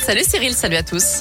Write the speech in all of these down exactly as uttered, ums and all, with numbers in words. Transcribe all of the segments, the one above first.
Salut Cyril, salut à tous.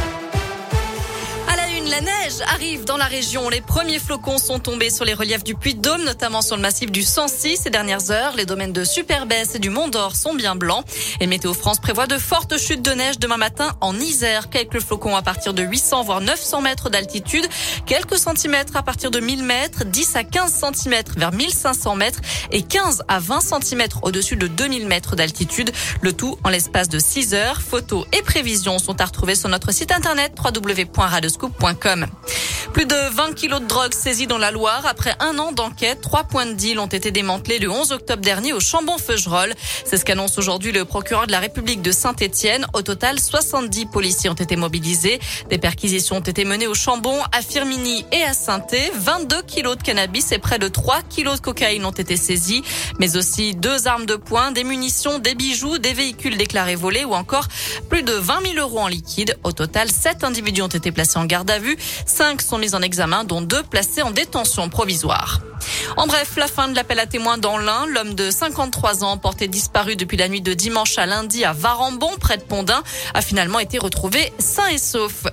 La neige arrive dans la région. Les premiers flocons sont tombés sur les reliefs du Puy-de-Dôme, notamment sur le massif du Sancy ces dernières heures. Les domaines de Superbès et du Mont-d'Or sont bien blancs. Et Météo France prévoit de fortes chutes de neige demain matin en Isère. Quelques flocons à partir de huit cents voire neuf cents mètres d'altitude. Quelques centimètres à partir de mille mètres, dix à quinze centimètres vers mille cinq cents mètres et quinze à vingt centimètres au-dessus de deux mille mètres d'altitude. Le tout en l'espace de six heures. Photos et prévisions sont à retrouver sur notre site internet w w w point radioscoop point com. Plus de vingt kilos de drogue saisis dans la Loire. Après un an d'enquête, trois points de deal ont été démantelés le onze octobre dernier au Chambon-Feugerolles. C'est ce qu'annonce aujourd'hui le procureur de la République de Saint-Étienne. Au total, soixante-dix policiers ont été mobilisés. Des perquisitions ont été menées au Chambon, à Firminy et à Saint-É. vingt-deux kilos de cannabis et près de trois kilos de cocaïne ont été saisis. Mais aussi deux armes de poing, des munitions, des bijoux, des véhicules déclarés volés ou encore plus de vingt mille euros en liquide. Au total, sept individus ont été placés en garde à vue. Cinq sont mis en examen, dont deux placés en détention provisoire. En bref, la fin de l'appel à témoins dans l'Ain. L'homme de cinquante-trois ans, porté disparu depuis la nuit de dimanche à lundi à Varambon, près de Pondin, a finalement été retrouvé sain et sauf.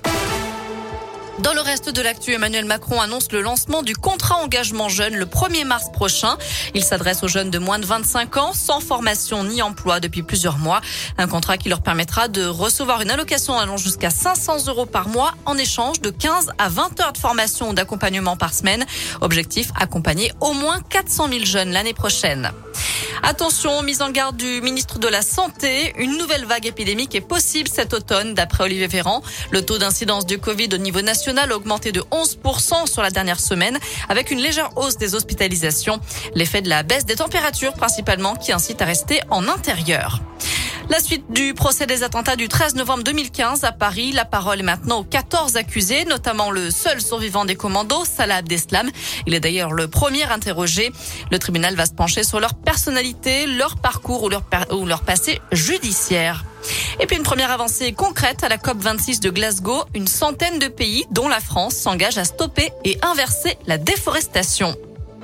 Dans le reste de l'actu, Emmanuel Macron annonce le lancement du contrat engagement jeune le premier mars prochain. Il s'adresse aux jeunes de moins de vingt-cinq ans, sans formation ni emploi depuis plusieurs mois. Un contrat qui leur permettra de recevoir une allocation allant jusqu'à cinq cents euros par mois en échange de quinze à vingt heures de formation ou d'accompagnement par semaine. Objectif, accompagner au moins quatre cent mille jeunes l'année prochaine. Attention, mise en garde du ministre de la Santé. Une nouvelle vague épidémique est possible cet automne, d'après Olivier Véran. Le taux d'incidence du Covid au niveau national a augmenté de onze pour cent sur la dernière semaine, avec une légère hausse des hospitalisations. L'effet de la baisse des températures, principalement, qui incite à rester en intérieur. La suite du procès des attentats du treize novembre deux mille quinze à Paris. La parole est maintenant aux quatorze accusés, notamment le seul survivant des commandos, Salah Abdeslam. Il est d'ailleurs le premier interrogé. Le tribunal va se pencher sur leur personnalité, leur parcours ou leur, ou leur passé judiciaire. Et puis une première avancée concrète à la COP vingt-six de Glasgow. Une centaine de pays, dont la France, s'engagent à stopper et inverser la déforestation.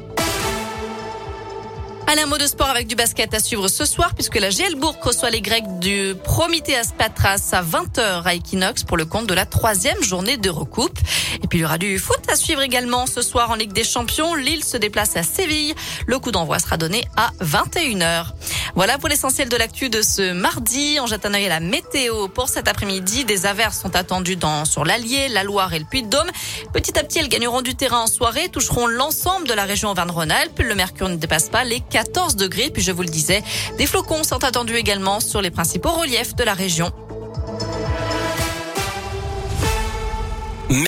Allez, un mot de sport avec du basket à suivre ce soir puisque la G L Bourg reçoit les Grecs du Prometheas Patras à vingt heures à Equinox pour le compte de la troisième journée d'Eurocoupe. Et puis il y aura du foot à suivre également ce soir en Ligue des Champions. Lille se déplace à Séville. Le coup d'envoi sera donné à vingt et une heures. Voilà pour l'essentiel de l'actu de ce mardi. On jette un œil à la météo pour cet après-midi. Des averses sont attendues dans, sur l'Allier, la Loire et le Puy-de-Dôme. Petit à petit, elles gagneront du terrain en soirée, toucheront l'ensemble de la région Auvergne-Rhône-Alpes. Le mercure ne dépasse pas les quatorze degrés. Puis je vous le disais, des flocons sont attendus également sur les principaux reliefs de la région.